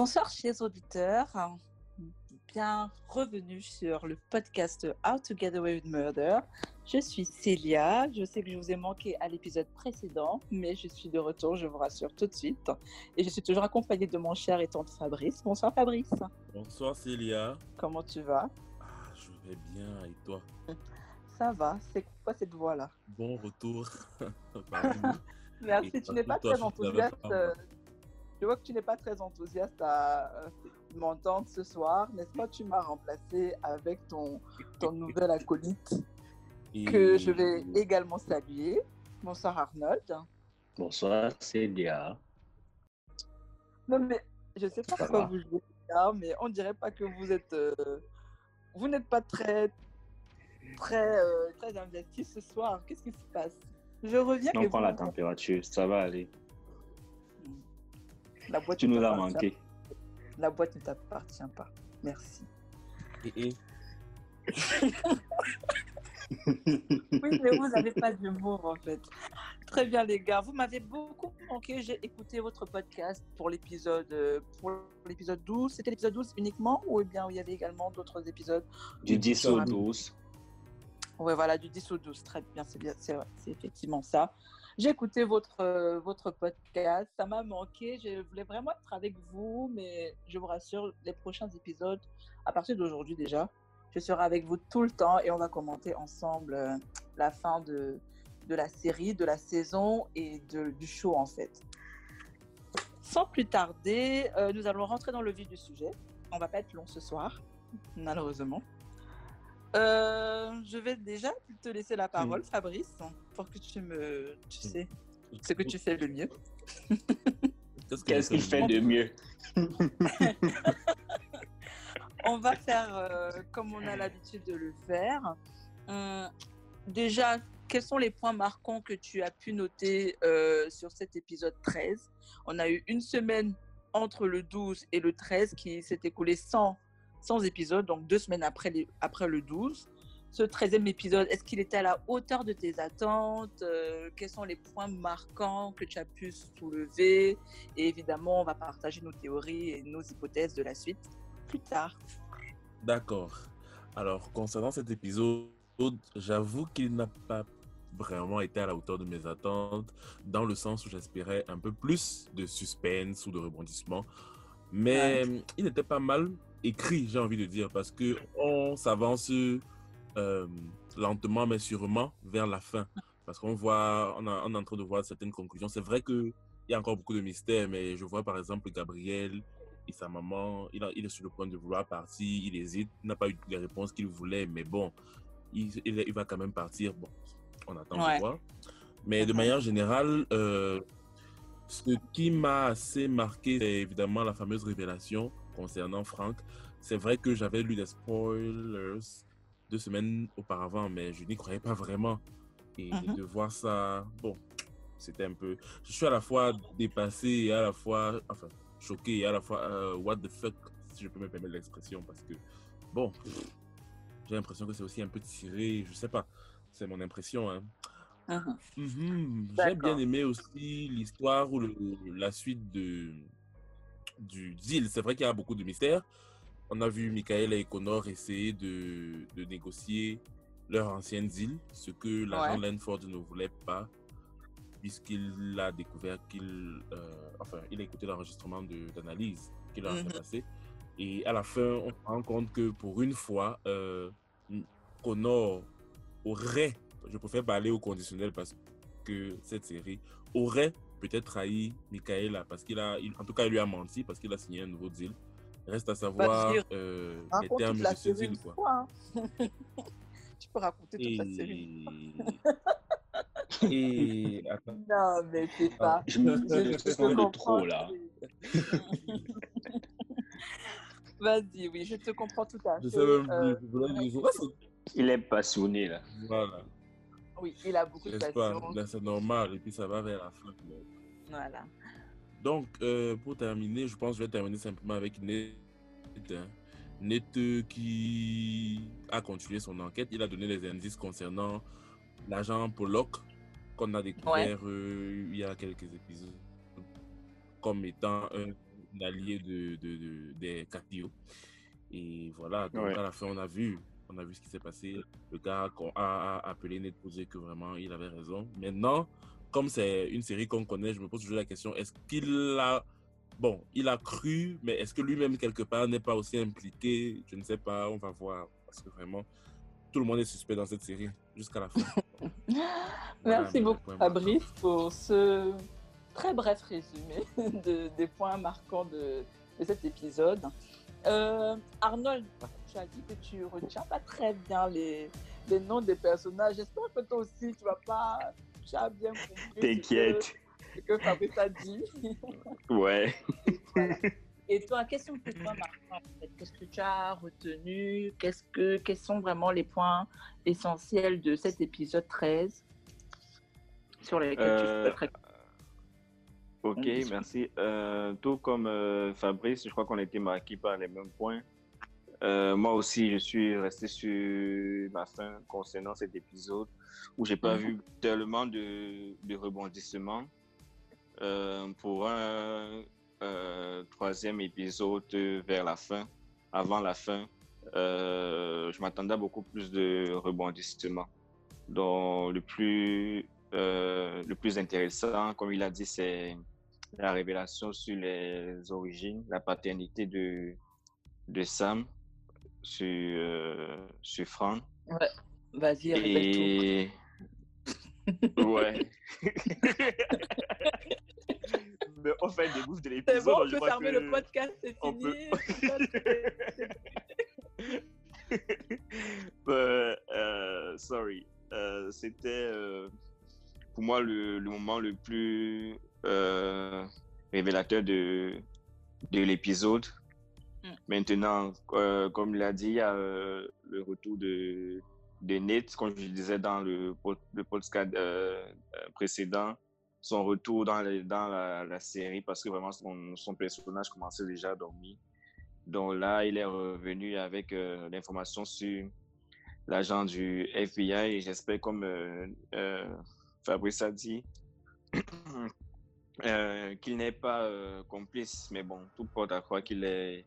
Bonsoir chers auditeurs, bienvenue sur le podcast How to Get Away with Murder. Je suis Célia, je sais que je vous ai manqué à l'épisode précédent, mais je suis de retour, je vous rassure tout de suite. Et je suis toujours accompagnée de mon cher et tendre Fabrice. Bonsoir Fabrice. Bonsoir Célia. Comment tu vas? Je vais bien, et toi? Ça va, c'est quoi cette voix-là? Bon retour parmi nous. Merci, tu n'es pas très enthousiaste. Je vois que tu n'es pas très enthousiaste à m'entendre ce soir, n'est-ce pas? Tu m'as remplacé avec ton nouvel acolyte que je vais également saluer. Bonsoir Arnold. Bonsoir Célia. Non mais je ne sais pas pourquoi vous jouez là, mais on dirait pas que vous êtes, vous n'êtes pas très investi ce soir. Qu'est-ce qui se passe? Je reviens. On prend la température, ça va aller. La boîte tu nous as manqué. La boîte ne t'appartient pas. Merci. Oui, mais vous n'avez pas d'humour en fait. Très bien les gars, vous m'avez beaucoup manqué. J'ai écouté votre podcast pour l'épisode 12. C'était l'épisode 12 uniquement ou bien il y avait également d'autres épisodes? Du 10 au 12. Ouais, voilà, du 10 au 12. Très bien, c'est bien, c'est vrai, c'est effectivement ça. J'ai écouté votre podcast, ça m'a manqué. Je voulais vraiment être avec vous, mais je vous rassure, les prochains épisodes, à partir d'aujourd'hui déjà, je serai avec vous tout le temps et on va commenter ensemble la fin de la série, de la saison et du show en fait. Sans plus tarder, nous allons rentrer dans le vif du sujet. On va pas être long ce soir, malheureusement. Je vais déjà te laisser la parole, Fabrice, pour que tu sais ce que tu fais le mieux. Qu'est-ce qu'il fait de mieux? On va faire comme on a l'habitude de le faire. Déjà, quels sont les points marquants que tu as pu noter sur cet épisode 13? On a eu une semaine entre le 12 et le 13 qui s'est écoulée sans épisode, donc 2 semaines après le 12. Ce 13e épisode, est-ce qu'il était à la hauteur de tes attentes? Quels sont les points marquants que tu as pu soulever? Et évidemment, on va partager nos théories et nos hypothèses de la suite plus tard. D'accord. Alors, concernant cet épisode, j'avoue qu'il n'a pas vraiment été à la hauteur de mes attentes, dans le sens où j'espérais un peu plus de suspense ou de rebondissement. Mais il était pas mal écrit, j'ai envie de dire, parce que on s'avance lentement mais sûrement vers la fin, parce qu'on voit, on est en train de voir certaines conclusions. C'est vrai que il y a encore beaucoup de mystères, mais je vois par exemple Gabriel et sa maman, il est sur le point de vouloir partir, il hésite, il n'a pas eu les réponses qu'il voulait, mais bon, il va quand même partir. Bon, on attend de voir. Mais de manière générale, ce qui m'a assez marqué, c'est évidemment la fameuse révélation concernant Frank. C'est vrai que j'avais lu des spoilers 2 semaines auparavant, mais je n'y croyais pas vraiment. Et de voir ça, bon, c'était un peu... Je suis à la fois dépassé et à la fois... Enfin, choqué et à la fois what the fuck, si je peux me permettre l'expression, parce que, bon, j'ai l'impression que c'est aussi un peu tiré, je sais pas, c'est mon impression, hein. J'ai bien aimé aussi l'histoire ou la suite du deal. C'est vrai qu'il y a beaucoup de mystères. On a vu Michael et Connor essayer de négocier leur ancienne deal, ce que l'agent Lanford ne voulait pas, puisqu'il a découvert il a écouté l'enregistrement d'analyse qu'il a fait passer. Et à la fin, on se rend compte que pour une fois, Connor aurait, je préfère parler au conditionnel parce que cette série aurait peut-être trahi Michaela parce en tout cas, il lui a menti parce qu'il a signé un nouveau deal. Reste à savoir les termes de ce deal, quoi. Tu peux raconter toute la série. Et... Non, mais c'est pas... Je me sens de trop, là. Vas-y, oui, je te comprends tout à fait. Je sais même plus. Il est passionné, là. Voilà. Oui, il a beaucoup de passion. Là, c'est normal, et puis ça va vers la fin. Voilà. Donc, pour terminer, je pense que je vais terminer simplement avec Nate. Nate qui a continué son enquête. Il a donné les indices concernant l'agent Pollock qu'on a découvert il y a quelques épisodes comme étant un allié des Castillo. Et voilà, donc Ouais. à la fin, on a vu ce qui s'est passé. Le gars a appelé Ned pour dire que vraiment, il avait raison. Maintenant, comme c'est une série qu'on connaît, je me pose toujours la question, est-ce qu'il a... Bon, il a cru, mais est-ce que lui-même, quelque part, n'est pas aussi impliqué? Je ne sais pas, on va voir. Parce que vraiment, tout le monde est suspect dans cette série, jusqu'à la fin. Voilà, Merci beaucoup, points Fabrice, marquants. pour ce très bref résumé des points marquants de cet épisode. Arnold, tu as dit que tu retiens pas très bien les noms des personnages. J'espère que toi aussi, tu as bien compris T'inquiète. ce que Fabrice a dit. Ouais. Voilà. Et toi, quels sont tes points marquants en fait? Qu'est-ce que tu as retenu? Quels sont vraiment les points essentiels de cet épisode 13 sur lesquels tu souhaiterais... Ok, merci. Tout comme Fabrice, je crois qu'on a été marqués par les mêmes points. Moi aussi, je suis resté sur ma fin concernant cet épisode où j'ai pas vu tellement de rebondissements. Pour un troisième épisode vers la fin, avant la fin, je m'attendais à beaucoup plus de rebondissements. Donc, le plus intéressant, comme il a dit, c'est la révélation sur les origines, la paternité de Sam sur Fran. Ouais, vas-y, répète tout. Et ouais. Mais on fait des bouffes de l'épisode. C'est bon, on peut fermer le podcast, c'est fini. Sorry. C'était pour moi le moment le plus révélateur de l'épisode. Maintenant, comme il a dit, il y a le retour de Nate, comme je le disais dans le podcast précédent, son retour dans la série parce que vraiment son personnage commençait déjà à dormir. Donc là, il est revenu avec l'information sur l'agent du FBI et j'espère, comme Fabrice a dit, qu'il n'est pas complice. Mais bon, tout porte à croire qu'il est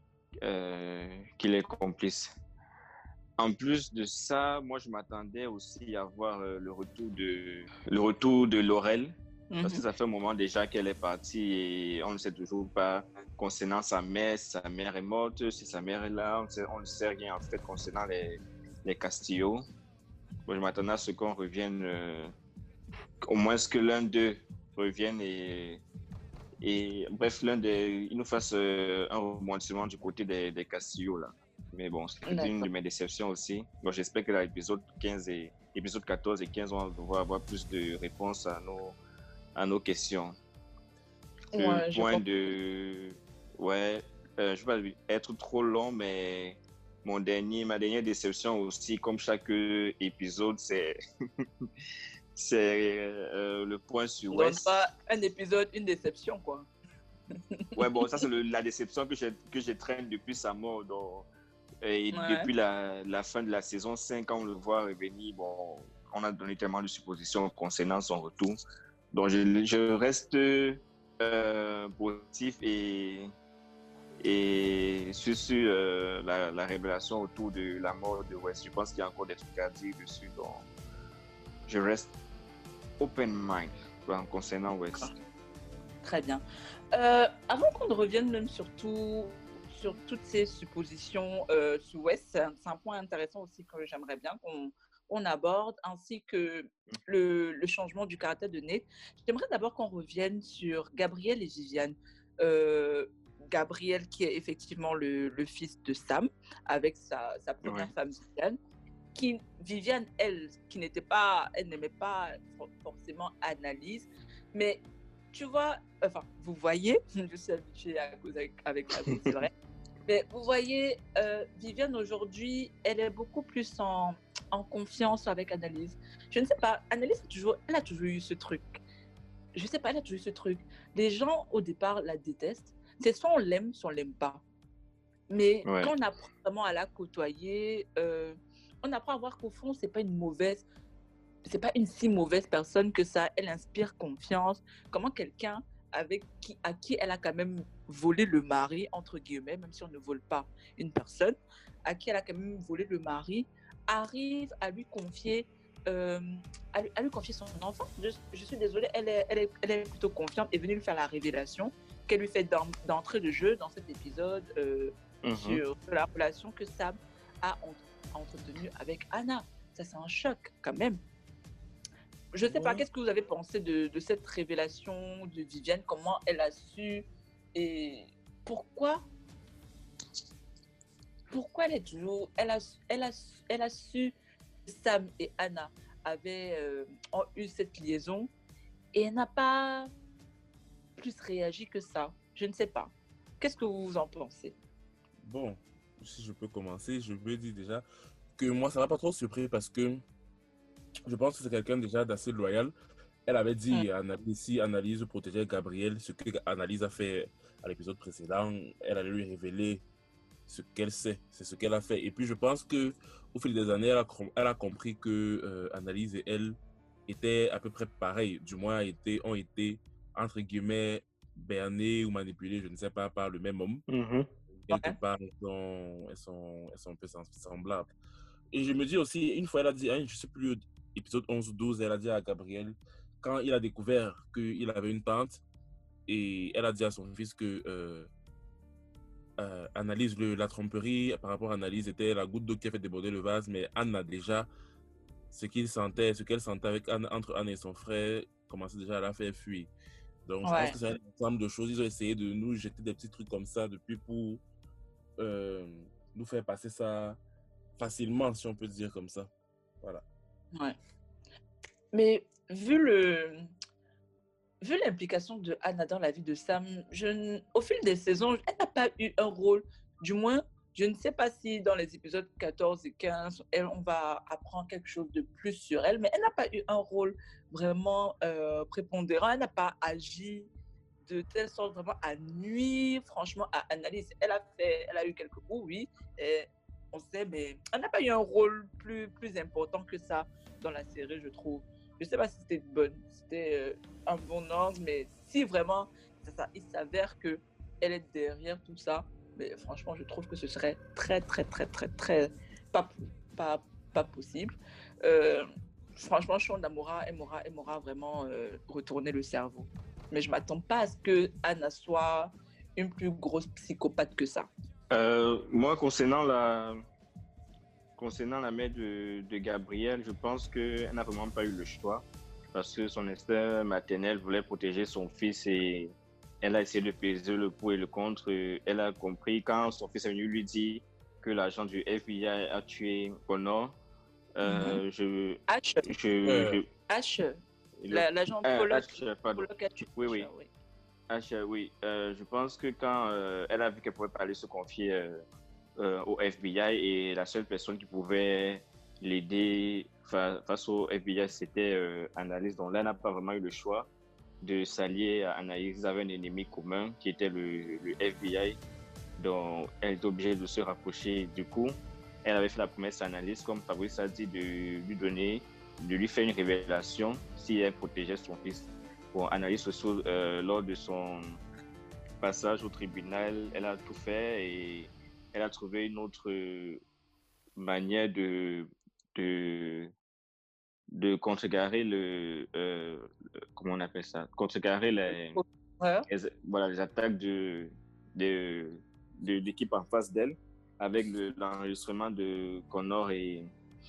complice. En plus de ça, moi je m'attendais aussi à voir le retour de Laurel, parce que ça fait un moment déjà qu'elle est partie et on ne sait toujours pas concernant sa mère, si sa mère est morte, si sa mère est là, on ne sait rien en fait concernant les Castillo. Moi je m'attendais à ce qu'on revienne, au moins que l'un d'eux revienne et bref, il nous fasse un rebondissement du côté des Castillo là. Mais bon, c'était une de mes déceptions aussi. Bon, j'espère que l'épisode 14 et 15, on va avoir plus de réponses à nos questions. Le point de... Ouais, je ne vais pas être trop long, mais ma dernière déception aussi, comme chaque épisode, c'est... c'est le point sur West. Donc, pas un épisode, une déception, quoi. Ouais, bon, ça, c'est la déception que je traîne depuis sa mort. Donc... Et depuis la fin de la saison 5, quand on le voit revenir, bon, on a donné tellement de suppositions concernant son retour. Donc, je reste positif et sur la révélation autour de la mort de West. Je pense qu'il y a encore des trucs à dire dessus. Donc, je reste open mind concernant West. Très bien. Avant qu'on ne revienne même sur toutes ces suppositions sur West, c'est un point intéressant aussi que j'aimerais bien qu'on aborde, ainsi que le changement du caractère de Nate. J'aimerais d'abord qu'on revienne sur Gabriel et Viviane. Gabriel, qui est effectivement le fils de Sam, avec sa première femme, Viviane. Viviane, elle n'aimait pas forcément Analyse, mais tu vois, enfin, vous voyez, je suis habituée à causer avec Fabrice, c'est vrai. Mais vous voyez, Viviane aujourd'hui, elle est beaucoup plus en confiance avec Analyse. Je ne sais pas, Analyse, elle a toujours eu ce truc. Je ne sais pas, elle a toujours eu ce truc. Les gens, au départ, la détestent. C'est soit on l'aime, soit on ne l'aime pas. Mais quand on apprend vraiment à la côtoyer, on apprend à voir qu'au fond, c'est pas une si mauvaise personne que ça. Elle inspire confiance. Comment quelqu'un à qui elle a quand même volé le mari, entre guillemets, même si on ne vole pas une personne, à qui elle a quand même volé le mari, arrive à lui confier, euh, à lui confier son enfant. Je suis désolée, elle est plutôt confiante et est venue lui faire la révélation qu'elle lui fait d'entrée de jeu dans cet épisode sur la relation que Sam a entretenue avec Anna. Ça, c'est un choc quand même. Je ne sais pas, qu'est-ce que vous avez pensé de cette révélation de Viviane, comment elle a su et pourquoi elle est toujours, elle a su que Sam et Anna ont eu cette liaison et elle n'a pas plus réagi que ça. Je ne sais pas. Qu'est-ce que vous en pensez? Bon, si je peux commencer, je veux dire déjà que moi, ça m'a pas trop surpris parce que je pense que c'est quelqu'un déjà d'assez loyal. Elle avait dit à Annalise, si Annalise protégeait Gabriel, ce que Annalise a fait à l'épisode précédent, elle allait lui révéler ce qu'elle sait, c'est ce qu'elle a fait. Et puis je pense que au fil des années, elle a compris que Annalise et elle étaient à peu près pareils, du moins ont été entre guillemets bernés ou manipulés, je ne sais pas, par le même homme. Quelque part, elles sont un peu semblables. Et je me dis aussi, une fois, elle a dit, je ne sais plus, épisode 11 ou 12, elle a dit à Gabriel, quand il a découvert qu'il avait une tante, et elle a dit à son fils que Analyse, la tromperie par rapport à Analyse était la goutte d'eau qui a fait déborder le vase, mais Anne a déjà ce qu'elle sentait avec Anne, entre Anne et son frère, commençait déjà à la faire fuir. Donc je pense que c'est un ensemble de choses. Ils ont essayé de nous jeter des petits trucs comme ça depuis pour nous faire passer ça facilement, si on peut dire comme ça. Voilà. Ouais. Mais vu l'implication de Anna dans la vie de Sam, au fil des saisons, elle n'a pas eu un rôle. Du moins, je ne sais pas si dans les épisodes 14 et 15, on va apprendre quelque chose de plus sur elle, mais elle n'a pas eu un rôle vraiment prépondérant. Elle n'a pas agi de telle sorte vraiment à nuire, franchement, à Annalise. Elle a eu quelques coups, oui, on sait, mais elle n'a pas eu un rôle plus important que ça dans la série, je trouve. Je ne sais pas si c'était un bon angle, mais si vraiment il s'avère qu'elle est derrière tout ça, mais franchement, je trouve que ce serait très pas possible. Franchement, Shonda m'aura vraiment retourné le cerveau. Mais je ne m'attends pas à ce que Anna soit une plus grosse psychopathe que ça. Moi, concernant la mère de Gabriel, je pense qu'elle n'a vraiment pas eu le choix parce que son instinct maternel voulait protéger son fils et elle a essayé de peser le pour et le contre. Elle a compris quand son fils est venu lui dire que l'agent du FBI a tué Connor. L'agent Pollock a tué. Oui. Oui. Je pense que quand elle a vu qu'elle pouvait pas aller se confier au FBI et la seule personne qui pouvait l'aider face au FBI, c'était Annalise. Donc là, elle n'a pas vraiment eu le choix de s'allier à Annalise. Ils avaient un ennemi commun qui était le FBI. Donc, elle était obligée de se rapprocher. Du coup, elle avait fait la promesse à Annalise, comme Fabrice a dit, de lui faire une révélation si elle protégeait son fils. Bon, Annalise, lors de son passage au tribunal, elle a tout fait et elle a trouvé une autre manière de contrecarrer comment on appelle ça? Contrecarrer les attaques de l'équipe en face d'elle avec l'enregistrement de Connor et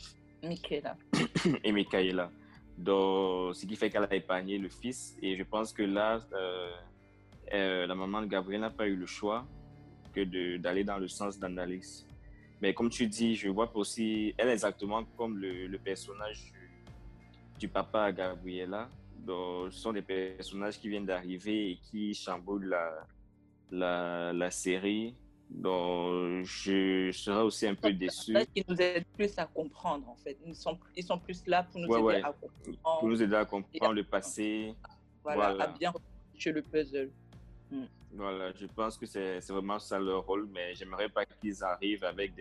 Michaela. Donc, ce qui fait qu'elle a épargné le fils. Et je pense que là, la maman de Gabriel n'a pas eu le choix que d'aller dans le sens d'Annalise. Mais comme tu dis, je vois aussi, elle est exactement comme le personnage du papa à Gabriela. Donc, ce sont des personnages qui viennent d'arriver et qui chamboulent la série. Donc, je serais aussi un peu déçu. Ils nous aident plus à comprendre, en fait. Ils sont plus là pour nous aider à comprendre. Pour nous aider à comprendre le passé. Voilà, à bien reconstruire le puzzle. Voilà, je pense que c'est vraiment ça leur rôle, mais j'aimerais pas qu'ils arrivent avec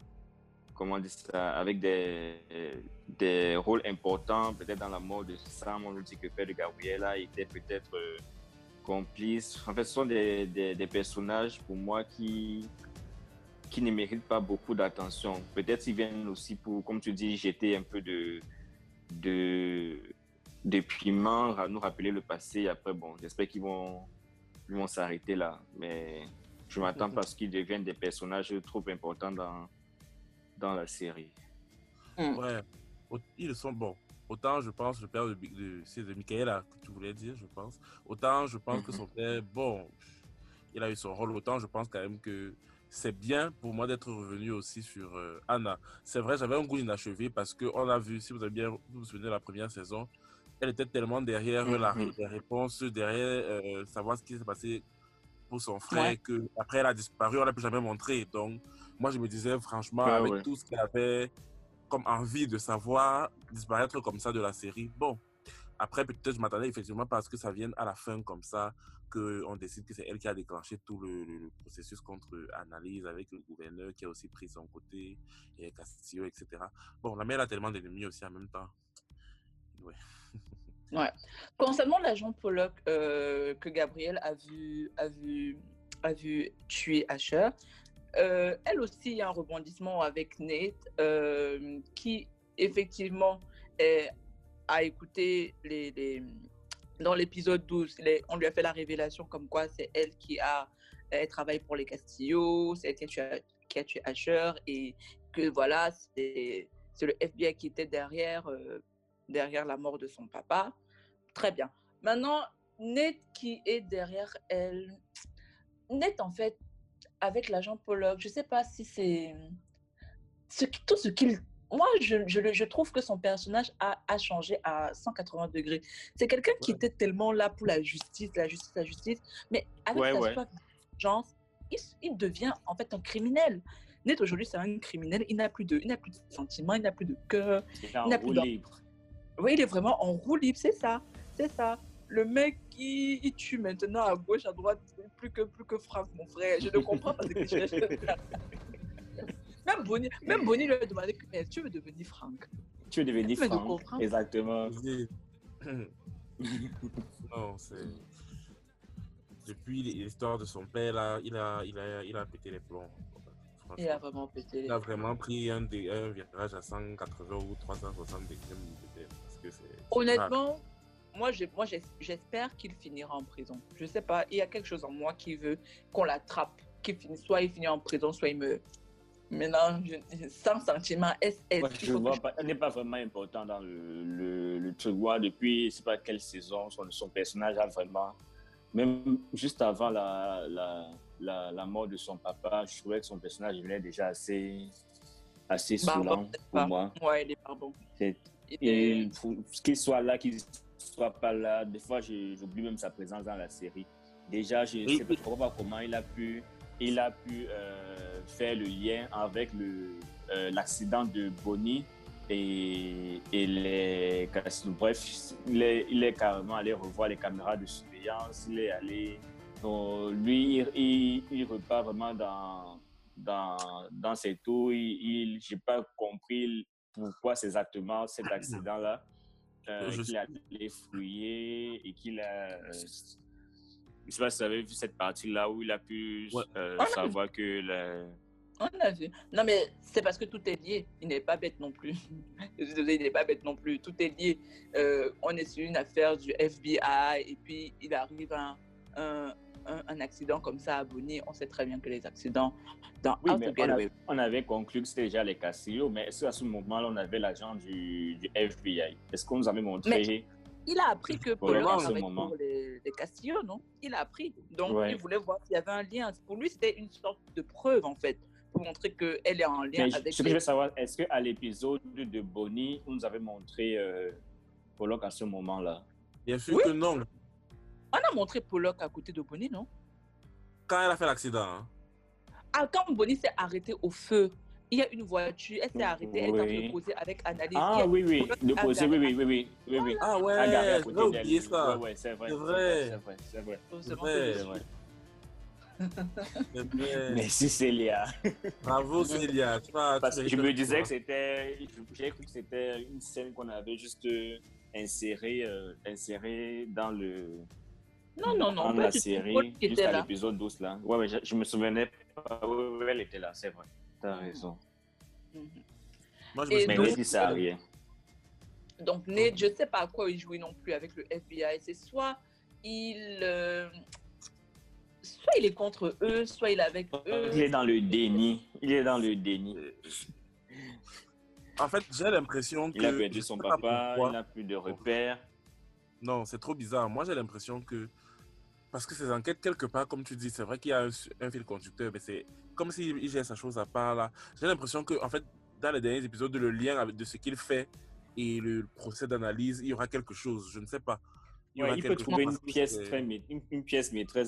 avec des rôles importants, peut-être dans la mort de Sam. On nous dit que le père de Gabriela était peut-être complices. En fait, ce sont des personnages pour moi qui ne méritent pas beaucoup d'attention. Peut-être ils viennent aussi pour, comme tu dis, jeter un peu de piment, nous rappeler le passé. Après, bon, j'espère qu'ils vont s'arrêter là. Mais je m'attends pas à ce qu'ils deviennent des personnages trop importants dans la série. Ouais, ils le sont bons. Autant je pense, le père c'est de Michaela que tu voulais dire, je pense. Autant je pense que son père, bon, il a eu son rôle. Autant je pense quand même que c'est bien pour moi d'être revenu aussi sur Anna. C'est vrai, j'avais un goût inachevé parce qu'on a vu, si vous avez bien vous vous souvenez de la première saison, elle était tellement derrière les réponses, derrière savoir ce qui s'est passé pour son frère, que après elle a disparu, on l'a plus jamais montré. Donc, moi, je me disais franchement, avec tout ce qu'elle avait comme envie de savoir, disparaître comme ça de la série, bon, après, peut-être je m'attendais effectivement parce que ça vienne à la fin comme ça, qu'on décide que c'est elle qui a déclenché tout le processus contre Annalise avec le gouverneur qui a aussi pris son côté, et Castillo, etc. Bon, la mère a tellement d'ennemis aussi en même temps. Ouais. Ouais. Concernant l'agent Pollock que Gabriel a vu tuer Asher, elle aussi, il y a un rebondissement avec Nate qui, effectivement, a écouté dans l'épisode 12, on lui a fait la révélation comme quoi c'est elle elle travaille pour les Castillo, c'est elle qui a tué Asher et que voilà, c'est le FBI qui était derrière la mort de son papa. Très bien. Maintenant, Nate qui est derrière elle. Nate, en fait, avec l'agent Pollock, je ne sais pas si c'est tout ce qu'il... Moi, je trouve que son personnage a changé à 180 degrés. C'est quelqu'un qui était tellement là pour la justice, mais avec sa soif d'urgence, il devient en fait un criminel. Nate, aujourd'hui, c'est un criminel. Il n'a plus de sentiments, il n'a plus de cœur. Il n'a plus libre. Oui, il est vraiment en roue libre, c'est ça. Le mec, il tue maintenant à gauche, à droite, plus que Franck, mon frère. Je ne comprends pas ce qu'il cherche. Même Bonnie lui a demandé que tu veux devenir Franck. Tu veux devenir Franck, exactement. Non, c'est... Depuis l'histoire de son père, là, il a pété les plombs. Il a vraiment pété les plombs. Il a vraiment pris un virage à 180 ou 360 degrés. Parce que c'est honnêtement, moi j'espère qu'il finira en prison. Je sais pas, il y a quelque chose en moi qui veut qu'on l'attrape, soit il finit en prison, soit il meurt. Maintenant, sans sentiment, je vois pas, elle n'est pas vraiment important dans le truc. Depuis, je sais pas quelle saison, son personnage a vraiment, même juste avant la mort de son papa, je trouvais que son personnage devenait déjà assez saoulant pour moi. Ouais, il est pas bon. Et qu'il soit là, qu'il soit pas là, des fois j'oublie même sa présence dans la série. Déjà, je ne comprends pas comment il a pu faire le lien avec l'accident de Bonnie et les... Bref, il est carrément allé revoir les caméras de surveillance, il est allé... lui, il repart vraiment dans ses tours, je n'ai pas compris pourquoi c'est exactement cet accident-là qu'il a allé fouiller et qu'il a... je ne sais pas si vous avez vu cette partie-là où il a pu savoir que... On a vu. Non, mais c'est parce que tout est lié. Il n'est pas bête non plus. Je suis désolée, il n'est pas bête non plus. Tout est lié. On est sur une affaire du FBI et puis il arrive un accident comme ça à Bonnie. On sait très bien que les accidents dans on avait conclu que c'était déjà les Castillo, mais est-ce qu'à ce moment-là, on avait l'agent du FBI? Est-ce qu'on nous avait montré... Mais il a appris que Pollock travaillait pour les Castillo, non? Il a appris. Donc, il voulait voir s'il y avait un lien. Pour lui, c'était une sorte de preuve, en fait, pour montrer qu'elle est en lien avec... Ce que je veux savoir, est-ce qu'à l'épisode de Bonnie, on nous avait montré Pollock à ce moment-là? Bien sûr que non. On a montré Pollock à côté de Bonnie, non? Quand elle a fait l'accident. Hein? Ah, quand Bonnie s'est arrêtée au feu, il y a une voiture, elle s'est arrêtée, elle est en train de poser avec Annalise. Ah oui, de poser, oui. Ah ouais, j'ai oublié ça. Ouais, c'est vrai. Merci Célia. Bravo Célia. Parce que je me disais que j'ai cru que c'était une scène qu'on avait juste insérée dans Non, Dans pas la du tout. Paul série, qui était jusqu'à là. l'épisode 12 là. Ouais, je me souvenais pas. Ouais, elle était là, c'est vrai. T'as raison. Mhm. Moi, je me Et Mais souviens. donc, Ned, il sert à rien. donc Nate, je ne sais pas à quoi il jouait non plus avec le FBI. C'est soit soit il est contre eux, soit il est avec eux. Il est dans le déni. Il est dans le déni. En fait, j'ai l'impression Il a que. Je perdu sais son pas papa, il pourquoi. n'a plus de repères. Non, c'est trop bizarre. Moi, j'ai l'impression que. Parce que ces enquêtes, quelque part, comme tu dis, c'est vrai qu'il y a un fil conducteur, mais c'est comme s'il gère sa chose à part là. J'ai l'impression que, en fait, dans les derniers épisodes, le lien de ce qu'il fait et le procès d'analyse, il y aura quelque chose. Je ne sais pas. Il y Ouais, aura il peut quelque chose trouver parce que c'est. une pièce maîtresse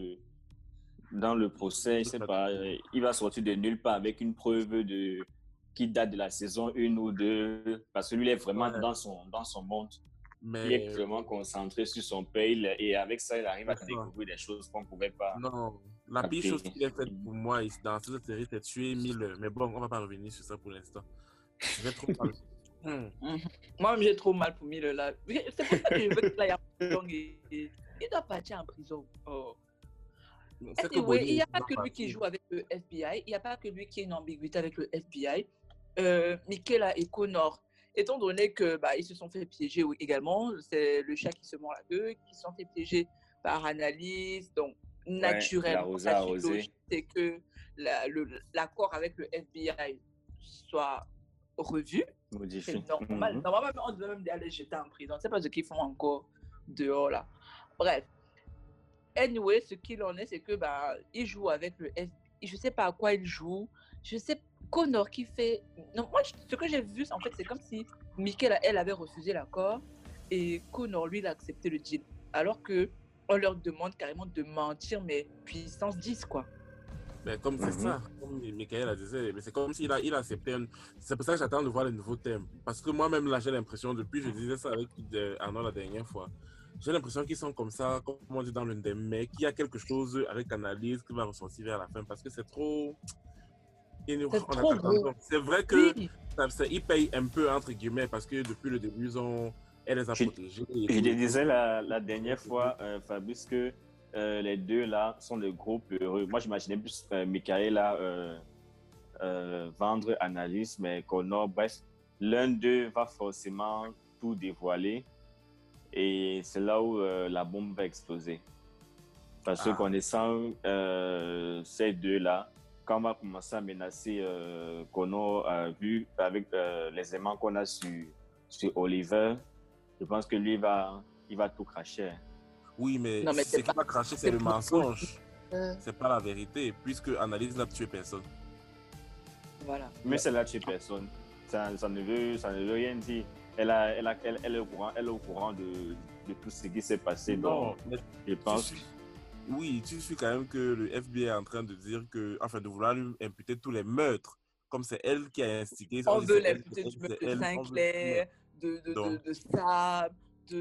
dans le procès. Je sais pas, il va sortir de nulle part avec une preuve qui date de la saison 1 ou 2. Parce que lui, il est vraiment Ouais, dans son monde. Il est mais vraiment concentré sur son pays et avec ça, il arrive à c'est ça. découvrir des choses qu'on ne pouvait pas Non, la pire chose capter. qu'il ait faite pour moi dans cette série, c'est tuer Miller. Mais bon, on va pas revenir sur ça pour l'instant. J'ai trop mal. Mhm. Moi-même, j'ai trop mal pour Mille là. C'est pour ça que je veux qu'il aille en prison. Il doit partir en prison. Oh. C'est que Anyway, il Bonnie n'y a aussi pas va que lui qui partir. joue avec le FBI. Il n'y a pas que lui qui a une ambiguïté avec le FBI. Michaela et Connor, étant donné que ils se sont fait piéger également, c'est le chat qui se mord la queue, qui se sont fait piéger par Analyse. Donc, Ouais, naturellement, l'arrosé, la suite arrosé, logique, c'est que l'accord avec le FBI soit revu. C'est modifié. normal. Normalement, on devait même aller jeter en prison. C'est pas ce qu'ils font encore dehors là. Bref. Anyway, ce qu'il en est, c'est que il joue avec le FBI. Je sais pas à quoi il joue. Je sais Connor qui fait. Non, moi, ce que j'ai vu, en fait, c'est comme si Michael, elle avait refusé l'accord et Connor, lui, il a accepté le deal. Alors que on leur demande carrément de mentir, mais puissance 10, quoi. Mais comme c'est ça, comme Michael a dit, mais c'est comme s'il il a accepté. C'est pour ça que j'attends de voir les nouveaux thèmes. Parce que moi-même, là, j'ai l'impression, depuis, je disais ça avec Arnaud la dernière fois, j'ai l'impression qu'ils sont comme ça, comme on dit dans l'une des mecs, qu'il y a quelque chose avec l'analyse qui va ressortir vers la fin. Parce que c'est trop. C'est On trop attaque gros. c'est vrai que Oui. ils payent un peu, entre guillemets, parce que depuis le début, elle les a Je, protégés. je te disais la dernière fois, Fabrice, que les deux là sont le groupe heureux. Moi, j'imaginais plus Michaela vendre Analyse, mais Connor, bref, l'un d'eux va forcément tout dévoiler et c'est là où la bombe va exploser. Parce que connaissant ces deux-là, quand on va commencer à menacer Connor, vu avec les aimants qu'on a sur Oliver, je pense que lui, il va tout cracher. Oui, mais Non, mais ce qui va cracher, c'est le pas mensonge. C'est pas la vérité, puisque Analyse n'a tué personne. Voilà. Mais c'est là tuer personne. Ça ne veut rien dire. Elle est au courant de tout ce qui s'est passé. Non, donc, je pense. Oui, tu suis quand même que le FBI est en train de dire que, enfin, de vouloir lui imputer tous les meurtres, comme c'est elle qui a instigé. On dit veut c'est elle, l'imputer du meurtre c'est de elle, on veut Sinclair, Donc, de Sam,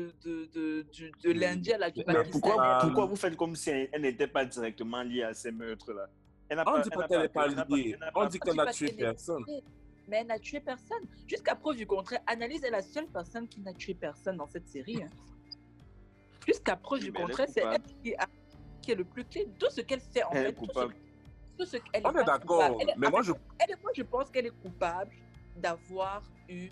de l'Indien là, du Mais Pakistan. pourquoi vous faites comme si elle n'était pas directement liée à ces meurtres-là? on ne dit pas qu'elle n'est pas liée, on dit qu'elle n'a tué personne. Mais elle n'a tué personne. Jusqu'à preuve du contraire, Analyse est la seule personne qui n'a tué personne dans cette série. Hein. Jusqu'à preuve du contraire, c'est elle qui est le plus clé. Tout ce qu'elle fait, en fait, tout ce qu'elle on est d'accord, mais moi, je pense qu'elle est coupable d'avoir eu,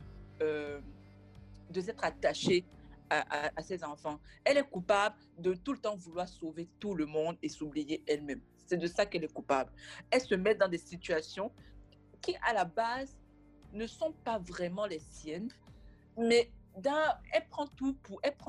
de s'être attachée à ses enfants. Elle est coupable de tout le temps vouloir sauver tout le monde et s'oublier elle-même. C'est de ça qu'elle est coupable. Elle se met dans des situations qui, à la base, ne sont pas vraiment les siennes, mais elle prend tout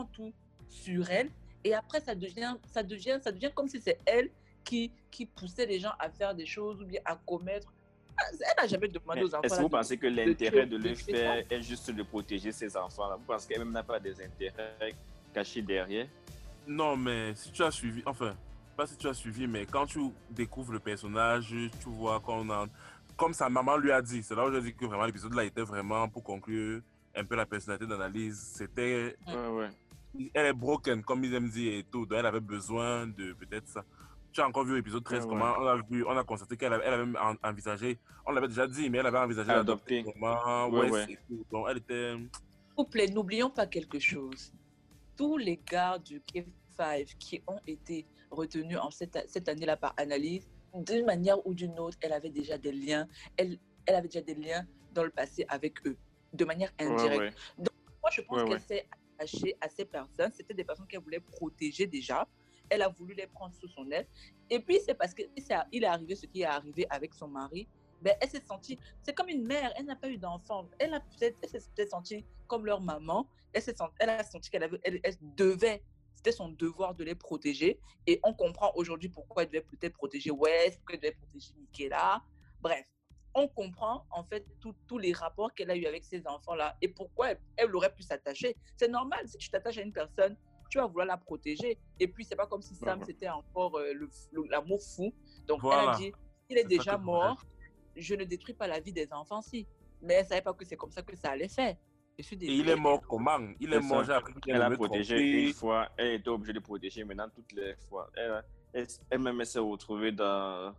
sur elle, et après, ça devient comme si c'est elle qui poussait les gens à faire des choses ou bien à commettre. Elle n'a jamais demandé aux enfants. Est-ce que vous pensez que l'intérêt de le faire est juste de protéger ses enfants là? Vous pensez qu'elle-même n'a pas des intérêts cachés derrière? Non, mais si tu as suivi, enfin, pas si tu as suivi, mais quand tu découvres le personnage, tu vois comme sa maman lui a dit, c'est là où je dis que vraiment l'épisode là était vraiment pour conclure un peu la personnalité d'analyse. C'était. Ouais. Elle est broken, comme ils aiment dire et tout, donc elle avait besoin de peut-être ça. Tu as encore vu l'épisode 13, comment on a constaté qu'elle avait même envisagé, on l'avait déjà dit, mais elle avait envisagé d'adopter. Et tout. Donc elle était. S'il vous plaît, n'oublions pas quelque chose. Tous les gars qui 5 qui ont été retenus en cette année-là par Analyse, d'une manière ou d'une autre, elle avait déjà des liens. Elle avait déjà des liens dans le passé avec eux, de manière indirecte. Donc, moi, je pense qu'elle s'est attachée à ces personnes. C'était des personnes qu'elle voulait protéger déjà. Elle a voulu les prendre sous son aile. Et puis, c'est parce qu'il est arrivé ce qui est arrivé avec son mari. Ben, elle s'est sentie, c'est comme une mère, elle n'a pas eu d'enfant. Elle s'est peut-être sentie comme leur maman. Elle a senti qu'elle devait, c'était son devoir de les protéger. Et on comprend aujourd'hui pourquoi elle devait peut-être protéger West, pourquoi elle devait protéger Michaela. Bref, on comprend en fait tous les rapports qu'elle a eu avec ces enfants-là et pourquoi elle aurait pu s'attacher. C'est normal, si tu t'attaches à une personne, tu vas vouloir la protéger. Et puis, c'est pas comme si Sam, c'était encore l'amour fou. Donc, elle a dit, il est déjà mort, je ne détruis pas la vie des enfants, si. Mais elle ne savait pas que c'est comme ça que ça allait faire. Et il est mort comment? Il est mort après elle a protégé une fois, elle était obligée de protéger maintenant toutes les fois. Elle-même s'est retrouvée dans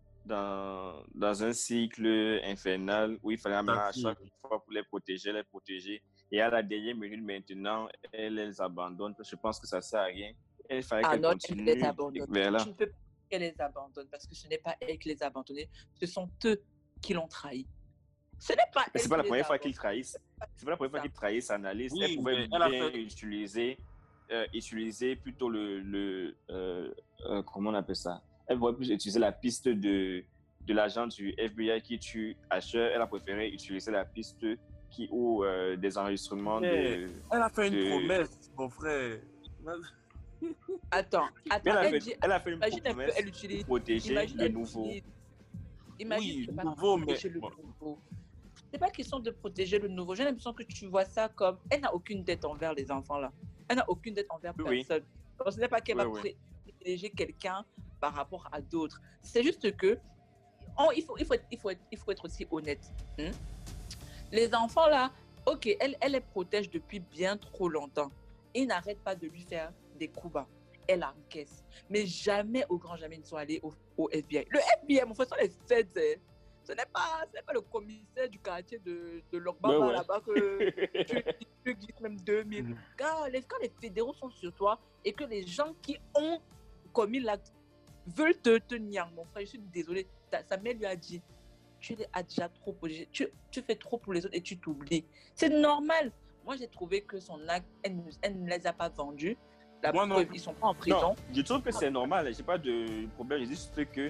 un cycle infernal où il fallait à chaque fois pour les protéger. Et à la dernière minute maintenant, elle les abandonne. Je pense que ça ne sert à rien. Il fallait qu'elle continue vers là. Tu ne peux pas qu'elle les abandonne parce que ce n'est pas elle qui les a abandonnés. Ce sont eux qui l'ont trahi. Ce n'est pas elle. C'est pas la première fois qu'ils trahissent. C'est pas la première fois qu'ils trahissent Analyse. Oui, elle pouvait bien utiliser plutôt comment on appelle ça? Elle pourrait plus utiliser la piste de l'agent du FBI qui tue Asher. Elle a préféré utiliser la piste ou des enregistrements Elle a fait une promesse, mon frère. Attends. Elle a fait une promesse pour protéger le nouveau. Imagine le nouveau, mais... le nouveau. C'est pas question de protéger le nouveau. J'ai l'impression que tu vois ça comme... Elle n'a aucune dette envers les enfants, là. Elle n'a aucune dette envers personne. Donc, ce n'est pas qu'elle va privilégier quelqu'un par rapport à d'autres. C'est juste que... il faut être aussi honnête. Les enfants, là, ok, elle les protège depuis bien trop longtemps. Ils n'arrêtent pas de lui faire des coups bas. Elle encaisse. Mais jamais, au grand jamais, ils ne sont allés au FBI. Le FBI, mon frère, ce sont les feds. Ce n'est pas le commissaire du quartier de Lokbaba là-bas que tu dis même 2000. Quand les fédéraux sont sur toi et que les gens qui ont commis l'acte veulent te tenir, mon frère, je suis désolée. Sa mère lui a dit, tu as déjà trop protégé, tu fais trop pour les autres et tu t'oublies. C'est normal. Moi, j'ai trouvé que son acte, elle ne les a pas vendus. La preuve, ils ne sont pas en prison. Non, je trouve que c'est normal. Je n'ai pas de problème. Je dis juste que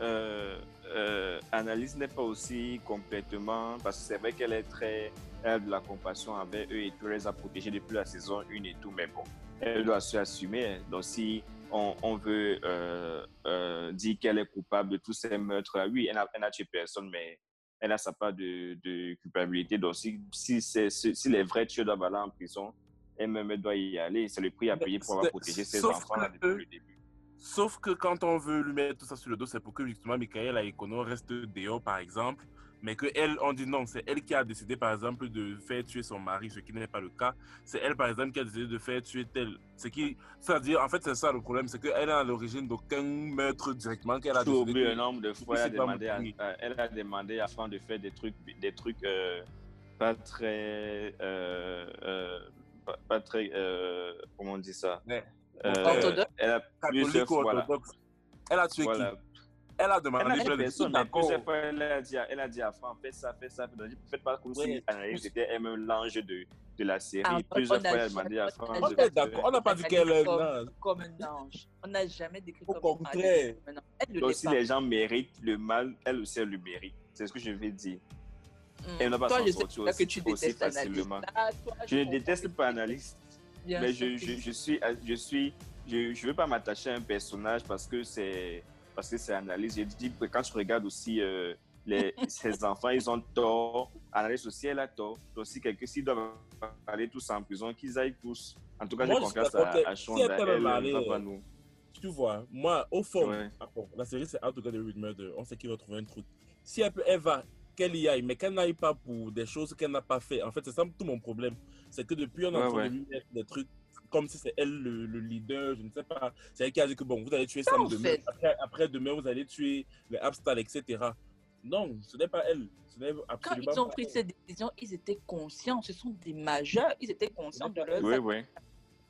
Analyse n'est pas aussi complètement... Parce que c'est vrai qu'elle a de la compassion avec eux et tout. Elle les a protégés depuis la saison 1 et tout. Mais bon, elle doit se assumer. Donc, si on veut dire qu'elle est coupable de tous ces meurtres-là, oui, elle n'a tué personne, mais elle a sa part de culpabilité. Donc, si les vrais tueurs doivent aller en prison, elle-même doit y aller. C'est le prix à payer pour avoir protégé ses enfants là, depuis le début. Sauf que quand on veut lui mettre tout ça sur le dos, c'est pour que justement Michaela et Kono restent dehors, par exemple. Mais qu'elle, on dit non, c'est elle qui a décidé, par exemple, de faire tuer son mari, ce qui n'est pas le cas. C'est elle, par exemple, qui a décidé de faire tuer tel. C'est-à-dire, en fait, c'est ça le problème, c'est qu'elle est à l'origine d'aucun meurtre directement qu'elle a décidé. J'ai oublié un nombre de fois, elle a demandé afin de faire des trucs pas très... pas très... comment on dit ça? Ouais. Elle a plusieurs fois... Elle a tué qui? Elle a demandé plusieurs fois, elle a dit à Franck, faites ça. Faites pas comme si Analyse était elle-même l'ange de la série. Plusieurs fois, elle a demandé à Franck. On n'a pas dit qu'elle est comme un ange. On n'a jamais décrit comme un ange. Donc, si les gens méritent le mal, elle aussi, elle le mérite. C'est ce que je vais dire. Elle n'a pas s'en sortir aussi facilement. Je ne déteste pas Analyse, mais je veux pas m'attacher à un personnage parce que c'est Analyse. Je dis que quand je regarde aussi ces enfants, ils ont tort. Analyse aussi, elle a tort. Donc, s'ils doivent aller tous en prison, qu'ils aillent tous. En tout cas, j'ai confiance à Shonda. Elle va pas nous. Tu vois, moi, au fond, la série, c'est How to Get Away with Murder. On sait qu'il va trouver un truc. Si elle va, qu'elle y aille, mais qu'elle n'aille pas pour des choses qu'elle n'a pas fait. En fait, c'est ça tout mon problème. C'est que depuis, on est en train de lui mettre des trucs comme si c'est elle le leader, je ne sais pas. C'est elle qui a dit que bon, vous allez tuer Sam demain. Après demain, vous allez tuer les Abstal, etc. Non, ce n'est pas elle. Ce n'est absolument Quand ils ont pris cette décision, ils étaient conscients. Ce sont des majeurs. Ils étaient conscients de leur... Oui.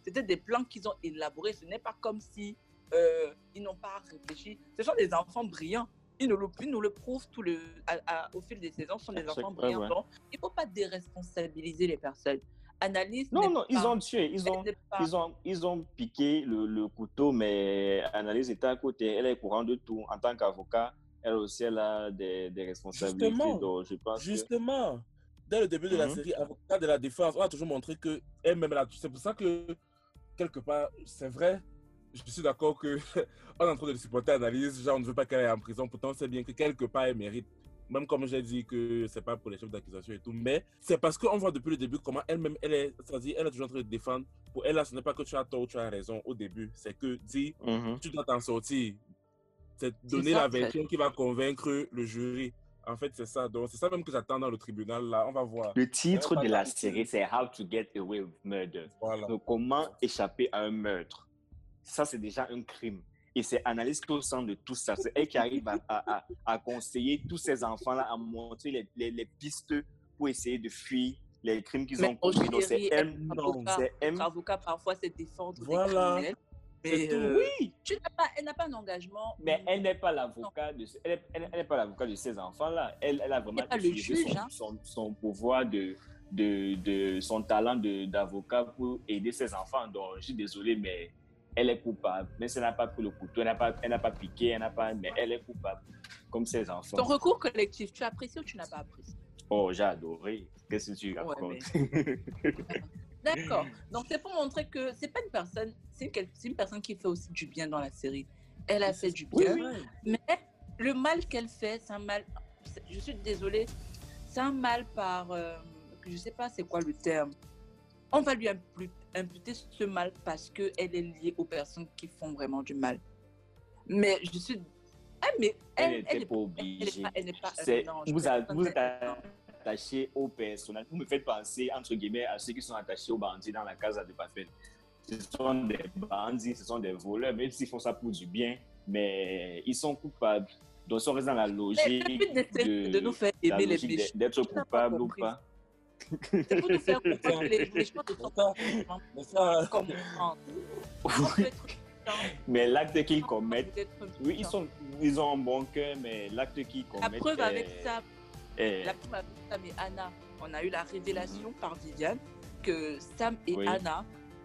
C'était des plans qu'ils ont élaborés. Ce n'est pas comme si ils n'ont pas réfléchi. Ce sont des enfants brillants. Ils nous le prouvent au fil des saisons. Ce sont des enfants brillants. Donc, il ne faut pas déresponsabiliser les personnes. Analyse non, ils ont tué. Ils ont piqué le couteau, mais Analyse était à côté. Elle est au courant de tout. En tant qu'avocat, elle aussi, elle a des responsabilités. Donc, je pense justement, dès le début de la série, avocat de la défense, on a toujours montré qu'elle-même, c'est pour ça que, quelque part, c'est vrai, je suis d'accord qu'on est en train de supporter Analyse, genre on ne veut pas qu'elle aille en prison, pourtant c'est bien que quelque part elle mérite, même comme j'ai dit que c'est pas pour les chefs d'accusation et tout, mais c'est parce qu'on voit depuis le début comment elle-même, c'est-à-dire elle est toujours en train de défendre. Pour elle, là, ce n'est pas que tu as tort ou tu as raison au début, c'est que tu dois t'en sortir. C'est donner la version qui va convaincre le jury. En fait, c'est ça. Donc, c'est ça même que j'attends dans le tribunal, là. On va voir. Le titre de la série, c'est How to Get Away with Murder. Voilà. Donc, comment échapper à un meurtre. Ça, c'est déjà un crime. Et c'est Analyse qui est au centre de tout ça. C'est elle qui arrive à conseiller tous ces enfants-là, à montrer les pistes pour essayer de fuir les crimes qu'ils ont commis. Donc, c'est elle. Notre avocat, parfois, c'est défendre des criminels. Mais oui. Elle n'a pas un engagement. Mais elle n'est pas l'avocat de, elle n'est pas l'avocat de ces enfants-là. Elle a vraiment utilisé son pouvoir son talent d'avocat pour aider ses enfants. Donc, je suis désolé, mais elle est coupable. Même si elle n'a pas pris le couteau, elle n'a pas piqué, mais elle est coupable, comme ses enfants. Ton recours collectif, tu as apprécié ou tu n'as pas apprécié? Oh, j'ai adoré. Qu'est-ce que tu racontes? D'accord. Donc, c'est pour montrer que c'est pas une personne, c'est une personne qui fait aussi du bien dans la série. Elle a fait du bien, mais le mal qu'elle fait, c'est un mal, je suis désolée, c'est un mal je sais pas c'est quoi le terme. On va lui imputer ce mal parce qu'elle est liée aux personnes qui font vraiment du mal. Mais je suis... elle n'est pas obligée. Vous êtes attaché au personnage. Vous me faites penser, entre guillemets, à ceux qui sont attachés aux bandits dans la Casa de Papel. Ce sont des bandits, ce sont des voleurs, même s'ils font ça pour du bien, mais ils sont coupables. Donc, si on reste dans la logique de nous faire aimer les méchants, d'être coupable ou pas. C'est pour nous faire comprendre que les méchants ne sont pas comprendre. Mais l'acte qu'ils commettent, oui, ils ont un bon cœur, mais l'acte qu'ils commettent... La preuve avec ça, Sam et Anna, on a eu la révélation par Viviane que Sam et Anna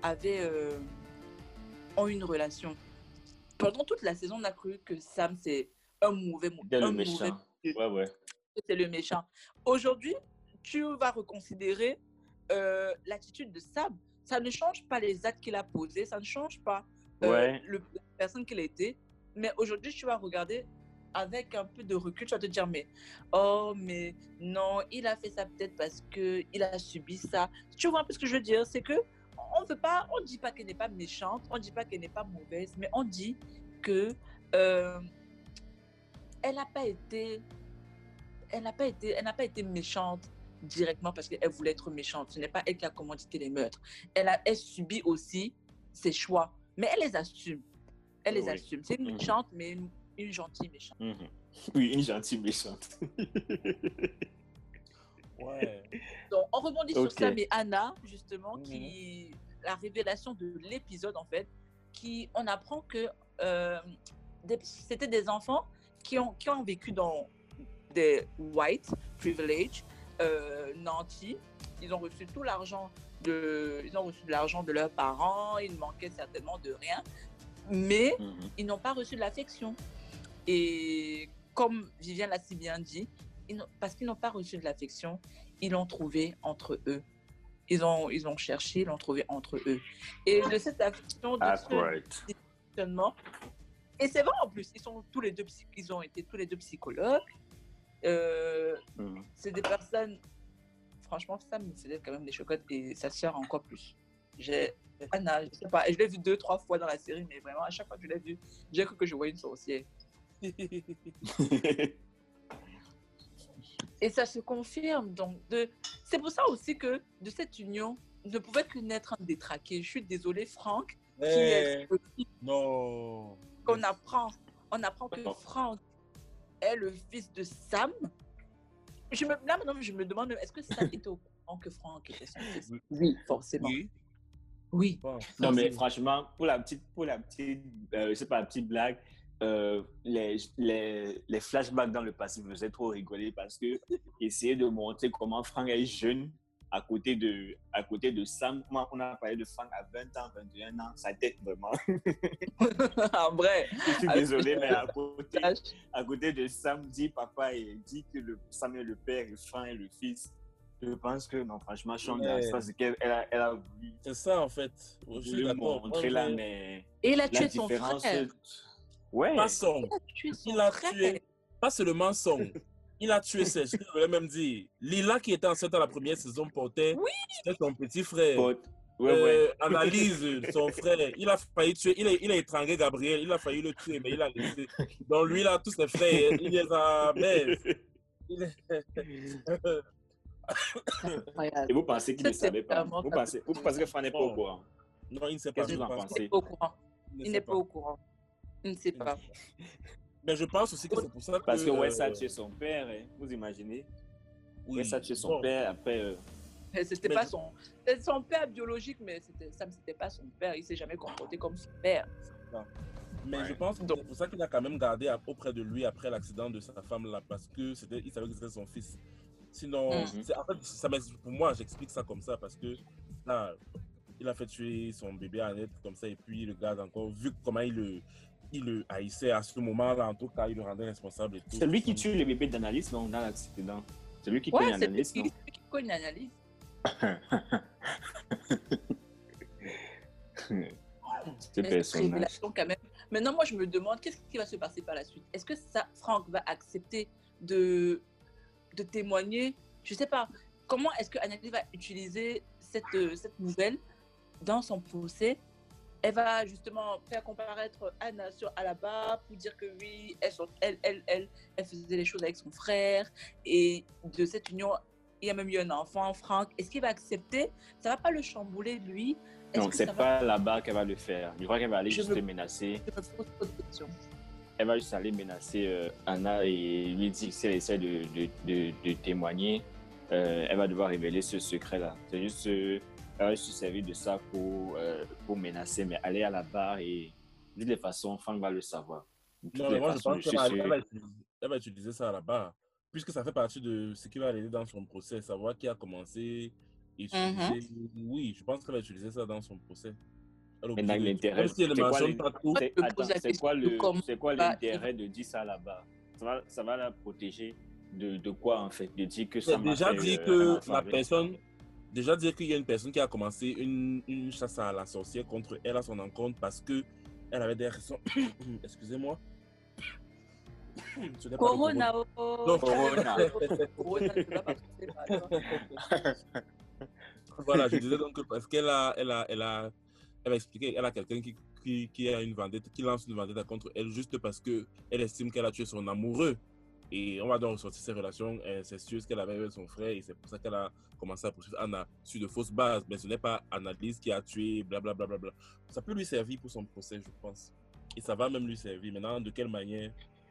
ont une relation. Pendant toute la saison, on a cru que Sam, c'est un mauvais méchant. C'est le méchant. Aujourd'hui, tu vas reconsidérer l'attitude de Sam. Ça ne change pas les actes qu'il a posés, ça ne change pas la personne qu'il a été. Mais aujourd'hui, tu vas regarder avec un peu de recul, tu vas te dire, mais non, il a fait ça peut-être parce qu'il a subi ça. Tu vois un peu ce que je veux dire, c'est que on dit pas qu'elle n'est pas méchante, on dit pas qu'elle n'est pas mauvaise, mais on dit que elle n'a pas été méchante directement parce qu'elle voulait être méchante. Ce n'est pas elle qui a commandité les meurtres. Elle subit aussi ses choix, mais elle les assume. Elle les assume. C'est une méchante, mais une gentille méchante. Oui, une gentille méchante. Donc, on rebondit sur Sam et Anna, justement, la révélation de l'épisode, en fait, on apprend que c'était des enfants qui ont vécu dans des white privilege, nantis. Ils ont reçu tout l'argent de l'argent de leurs parents, ils manquaient certainement de rien, mais ils n'ont pas reçu de l'affection. Et comme Viviane l'a si bien dit, parce qu'ils n'ont pas reçu de l'affection, ils l'ont trouvé entre eux. Ils ont cherché, ils l'ont trouvé entre eux. Et de cette affection, de ce questionnement, et c'est vrai en plus, ils ont été tous les deux psychologues. C'est des personnes, franchement, ça me faisait quand même des chocottes et sa sœur encore plus. Anna, je sais pas, je l'ai vue 2-3 fois dans la série, mais vraiment, à chaque fois que je l'ai vue, j'ai cru que je voyais une sorcière. Et ça se confirme. Donc, c'est pour ça aussi que de cette union ne pouvait que naître un détraqué. Je suis désolée, Franck, qui est non. On apprend que Franck est le fils de Sam. Là, maintenant, je me demande, est-ce que Sam était au courant que Franck était son fils? Oui, forcément. Oui. Bon, Non, mais c'est- franchement, c'est pas la petite blague, les flashbacks dans le passé me faisaient trop rigoler parce que essayer de montrer comment Frank est jeune à côté de Sam, on a parlé de Frank à 20 ans, 21 ans, sa tête vraiment. En vrai. Je suis désolé, mais L'âge. à côté de Sam, dit papa et dit que Sam est le père et Frank est le fils. Je pense que non, franchement, Shonda, Ouais. ça c'est qu'elle elle a voulu, c'est ça, en fait. Je suis voulu d'accord. montrer là, mais Et il a la tué son différence. frère. Ouais. Pas son. Il a tué son Il a frère. tué, pas seulement son. Il a tué, c'est ce que je voulais même dire. Lila, qui était enceinte à la première saison, portait, Oui. c'était son petit frère. Ouais. Analyse son frère. Il a failli tuer, il a étranglé Gabriel, il a failli le tuer, mais il a laissé. Donc lui, là, tous ses frères, il les a baise. Et vous pensez qu'il ne Ça, c'est savait pas? vraiment Vous ça. pensez que Frank n'est pas au Bon. courant? Non, il ne sait pas. Qu'est-ce que vous en je pense. Il pensez? n'est pas au courant. Il ne Il sait n'est pas au courant. Il ne sait pas. Mais je pense aussi que c'est pour ça que. Parce que Wes a tué son père, hein, vous imaginez? Oui. Wes a tué son Bon. père après. C'était Mais pas je- son père biologique, mais Sam, c'était pas son père. Il s'est jamais comporté comme son père. Mais Ouais. je pense que c'est pour ça qu'il a quand même gardé auprès de lui après l'accident de sa femme là, parce que il savait que c'était son fils. Sinon, Mhm. en fait, pour moi, j'explique ça comme ça parce que là, il a fait tuer son bébé Annette comme ça et puis le gars encore, vu comment il le haïssait à ce moment-là, en tout cas, il le rendait responsable et tout. C'est lui qui tue le bébé d'analyse, non, dans l'accident. C'est lui qui Ouais, cogne c'est l'analyse, non? lui qui cogne l'analyse. Ce Cette personnage. révélation quand même. Maintenant, moi, je me demande qu'est-ce qui va se passer par la suite. Est-ce que Frank va accepter de témoigner? Je sais pas. Comment est-ce que Anneli va utiliser cette nouvelle dans son procès? Elle va justement faire comparaître Anna à la barre pour dire que oui, elle faisait les choses avec son frère et de cette union, il y a même eu un enfant, Frank. Est-ce qu'il va accepter? Ça va pas le chambouler, lui? Non, c'est pas là-bas qu'elle va le faire. Je crois qu'elle va aller juste le menacer. Je me pose trop de questions. Elle va juste aller menacer Anna et lui dire que si elle essaie de témoigner, elle va devoir révéler ce secret-là. C'est juste, elle va juste se servir de ça pour menacer, mais aller à la barre et de toutes les façons, Frank va le savoir. De toutes Non, les mais moi, je façons, pense je suis sûr. qu'elle va utiliser ça là-bas, puisque ça fait partie de ce qui va l'aider dans son procès, savoir qui a commencé, utiliser. Oui, je pense qu'elle va utiliser ça dans son procès. Mais dans l'intérêt, même si elle ne mentionne pas tout. c'est quoi l'intérêt de dire ça là-bas? Ça va la protéger de quoi en fait? De dire que ça m'a Déjà fait, dire un que enfant la avec. personne, déjà dire qu'il y a une personne qui a commencé une chasse à la sorcière contre elle à son encontre parce que elle avait des raisons. Excusez-moi. Ce n'est pas le Corona. Non, Corona. Corona, je ne pas passer par exemple. Voilà, je disais donc que parce qu'elle va expliquer, elle a quelqu'un qui a une vendette, qui lance une vendetta contre elle juste parce que elle estime qu'elle a tué son amoureux. Et on va donc ressortir ces relations incestueuses qu'elle avait avec son frère et c'est pour ça qu'elle a commencé à poursuivre Anna sur de fausses bases. Mais ce n'est pas Annalise qui a tué, blablabla. Bla, bla, bla. Ça peut lui servir pour son procès, je pense. Et ça va même lui servir. Maintenant, de quelle manière?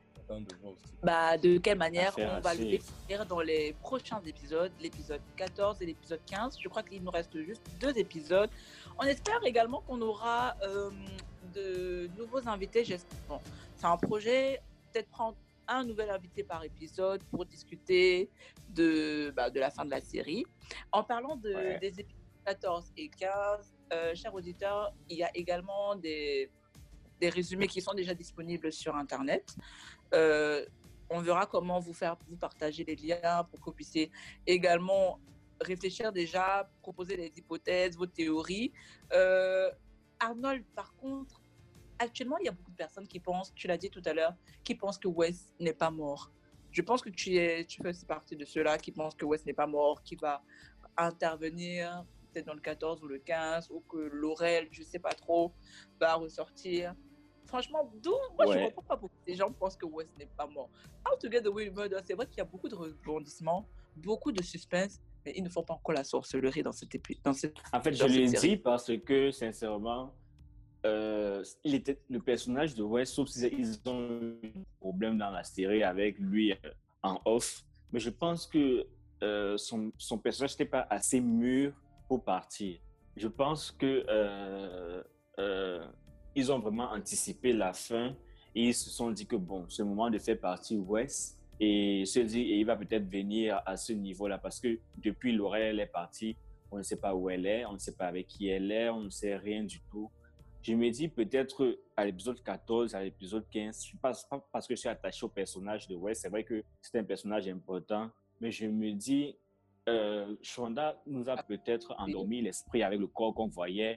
De quelle manière? Affaire On va le assez- découvrir dans les prochains épisodes, l'épisode 14 et l'épisode 15. Je crois qu'il nous reste juste 2 épisodes. On espère également qu'on aura de nouveaux invités. Bon, c'est un projet, peut-être prendre un nouvel invité par épisode pour discuter de la fin de la série. En parlant des épisodes 14 et 15, chers auditeurs, il y a également des résumés qui sont déjà disponibles sur Internet. On verra comment vous partager les liens pour que vous puissiez également réfléchir déjà, proposer des hypothèses, vos théories. Arnold, par contre, actuellement, il y a beaucoup de personnes qui pensent, tu l'as dit tout à l'heure, qui pensent que Wes n'est pas mort. Je pense que tu fais aussi partie de ceux-là qui pensent que Wes n'est pas mort, qui va intervenir peut-être dans le 14 ou le 15, ou que Laurel, je ne sais pas trop, va ressortir. Franchement, moi, je ne comprends pas pourquoi les gens pensent que Wes n'est pas mort. How to Get Away with Murder, c'est vrai qu'il y a beaucoup de rebondissements, beaucoup de suspense, mais ils ne font pas encore la sorcellerie dans cette En fait, je l'ai dit parce que, sincèrement, le personnage de Wes, sauf s'ils ont eu un problème dans la série avec lui en off, mais je pense que son personnage n'était pas assez mûr pour partir. je pense que ils ont vraiment anticipé la fin et ils se sont dit que bon, c'est le moment de faire partie West et se dit et il va peut-être venir à ce niveau-là parce que depuis Laurel elle est partie, on ne sait pas où elle est, on ne sait pas avec qui elle est, on ne sait rien du tout. Je me dis peut-être à l'épisode 14, à l'épisode 15, pas parce que je suis attaché au personnage de West, c'est vrai que c'est un personnage important, mais je me dis Shonda nous a peut-être endormi l'esprit avec le corps qu'on voyait,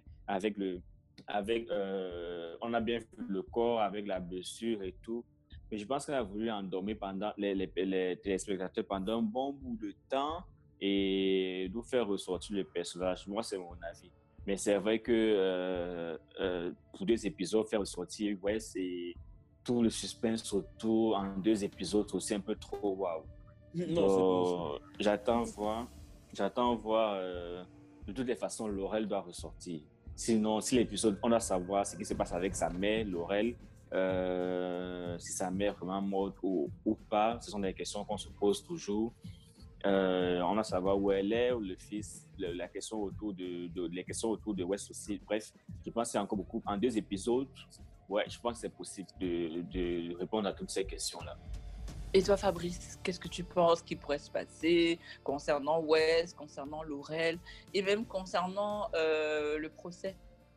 on a bien vu le corps avec la blessure et tout. Mais je pense qu'elle a voulu endormir pendant les téléspectateurs pendant un bon bout de temps et nous faire ressortir le personnage. Moi, c'est mon avis. Mais c'est vrai que pour 2 épisodes, faire ressortir, ouais, c'est tout le suspense autour en 2 épisodes, c'est aussi un peu trop waouh. Donc, j'attends voir. De toutes les façons, Laurel doit ressortir. Sinon, si l'épisode, on doit savoir ce qui se passe avec sa mère, Laurel, si sa mère est vraiment morte ou pas. Ce sont des questions qu'on se pose toujours. On doit savoir où elle est, où le fils, les questions autour de West aussi. Bref, je pense que c'est encore beaucoup. En 2 épisodes, ouais, je pense que c'est possible de répondre à toutes ces questions-là. Et toi, Fabrice, qu'est-ce que tu penses qui pourrait se passer concernant West, concernant Laurel et même concernant le procès?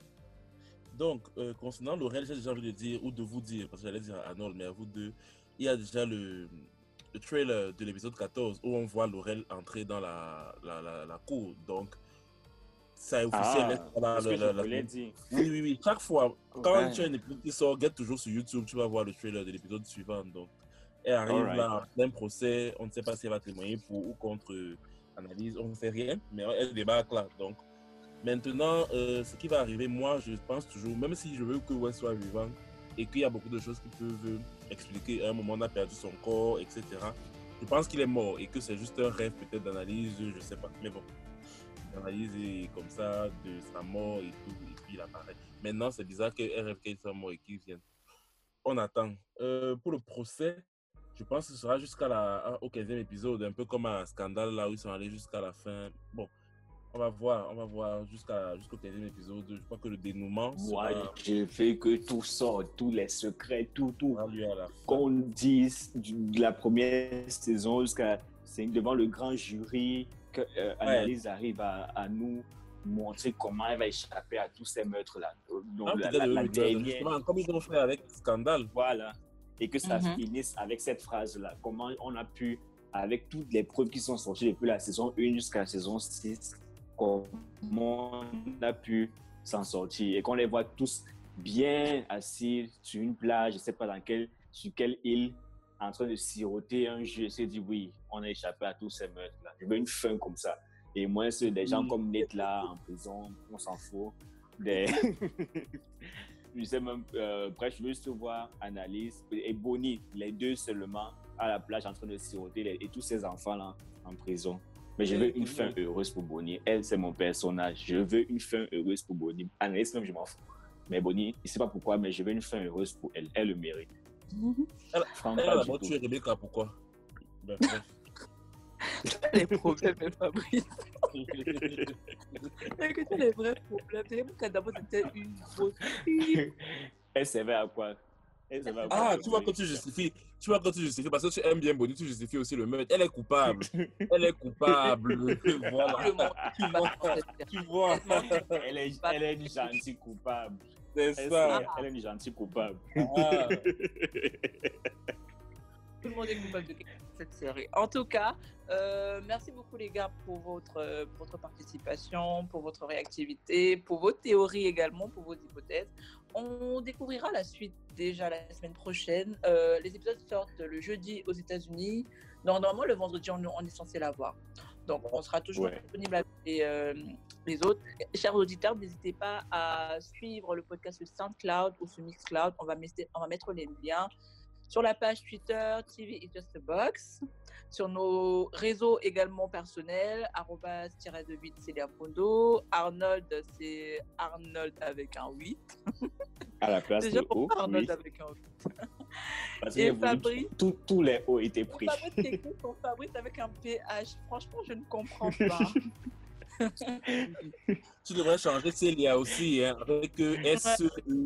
Donc, concernant Laurel, j'ai déjà envie de dire, ou de vous dire, parce que j'allais dire à Arnold, mais à vous deux, il y a déjà le trailer de l'épisode 14 où on voit Laurel entrer dans la cour. Donc, c'est officiel. C'est ce que je voulais dire. Oui. Chaque fois, quand tu as un épisode qui sort, get toujours sur YouTube, tu vas voir le trailer de l'épisode suivant. Donc, elle arrive là en plein procès, on ne sait pas si elle va témoigner pour ou contre Analyse, on ne sait rien, mais elle débarque là. Donc, maintenant, ce qui va arriver, moi, je pense toujours, même si je veux que West soit vivant et qu'il y a beaucoup de choses qui peuvent expliquer, à un moment, on a perdu son corps, etc. Je pense qu'il est mort et que c'est juste un rêve peut-être d'Analyse, je ne sais pas. Mais bon, l'analyse est comme ça de sa mort et tout, et puis il apparaît. Maintenant, c'est bizarre qu'elle rêve qu'elle soit mort et qu'il vienne. On attend. Pour le procès, je pense que ce sera au 15e épisode, un peu comme un scandale là où ils sont allés jusqu'à la fin. Bon, on va voir jusqu'au 15e épisode. Je crois que le dénouement sera... Moi, je veux que tout sorte, tous les secrets, tout qu'on dise de la première saison jusqu'à devant le grand jury, que Analyse arrive à nous montrer comment elle va échapper à tous ces meurtres-là. Donc, la dernière... Comme ils ont fait avec Scandale. Voilà. Et que ça finisse avec cette phrase-là. Comment on a pu, avec toutes les preuves qui sont sorties depuis la saison 1 jusqu'à la saison 6, comment on a pu s'en sortir. Et qu'on les voit tous bien assis sur une plage, je ne sais pas sur quelle île, en train de siroter un jeu. C'est dit oui, on a échappé à tous ces meurtres-là. Je veux une fin comme ça. Et moi, c'est des gens comme Nate là, en prison, on s'en fout. Je sais même, bref, je veux juste voir Analyse et Bonnie, les deux seulement à la plage en train de siroter et tous ces enfants-là en prison. Mais je veux une fin heureuse pour Bonnie. Elle, c'est mon personnage. Je veux une fin heureuse pour Bonnie. Analyse, même, je m'en fous. Mais Bonnie, je ne sais pas pourquoi, mais je veux une fin heureuse pour elle. Elle le mérite. Elle a d'abord tué Rebecca, pourquoi? Bref. Les problèmes, Fabrice. Écoutez, les vrais problèmes. Rebecca, d'abord, c'était une grosse fille. Elle savait à quoi? Tu vois quand tu justifies, parce que tu aimes bien Bonnie, tu justifies aussi le meurtre. Elle est coupable. Voilà. Tu vois. Elle est une gentille coupable. C'est ça. Elle est une gentille coupable. Tout le monde est coupable de cette série. En tout cas, merci beaucoup les gars pour votre participation, pour votre réactivité, pour vos théories également, pour vos hypothèses. On découvrira la suite déjà la semaine prochaine. Les épisodes sortent le jeudi aux États-Unis. Normalement, le vendredi, on est censé l'avoir. Donc, on sera toujours disponible avec les autres. Chers auditeurs, n'hésitez pas à suivre le podcast sur SoundCloud ou sur Mixcloud. On va mettre les liens sur la page Twitter, TV is just a box. Sur nos réseaux également personnels, @-8 c'est Leopoldo. Arnold, c'est Arnold avec un 8. À la place déjà de pour O, Arnold oui. avec un 8. Parce Et Fabrice, tous les O étaient pris. Fabrice avec un PH. Franchement, je ne comprends pas. Tu devrais changer Célia aussi, hein, avec S.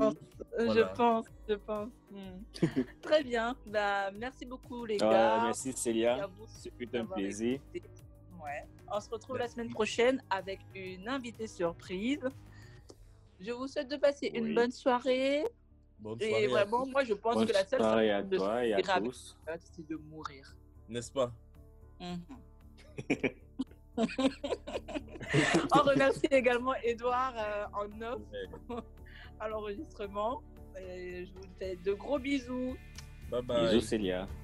Je pense. Très bien. Bah, merci beaucoup, les gars. Merci Célia. C'est un plaisir. Ouais. On se retrouve la semaine prochaine avec une invitée surprise. Je vous souhaite de passer une bonne soirée. Bonne soirée. Et vraiment, moi, je pense que la seule soirée façon de toi et à tous. C'est de mourir. N'est-ce pas? On remercie également Edouard en off à l'enregistrement. Et je vous fais de gros bisous. Bye bye. Bisous Célia.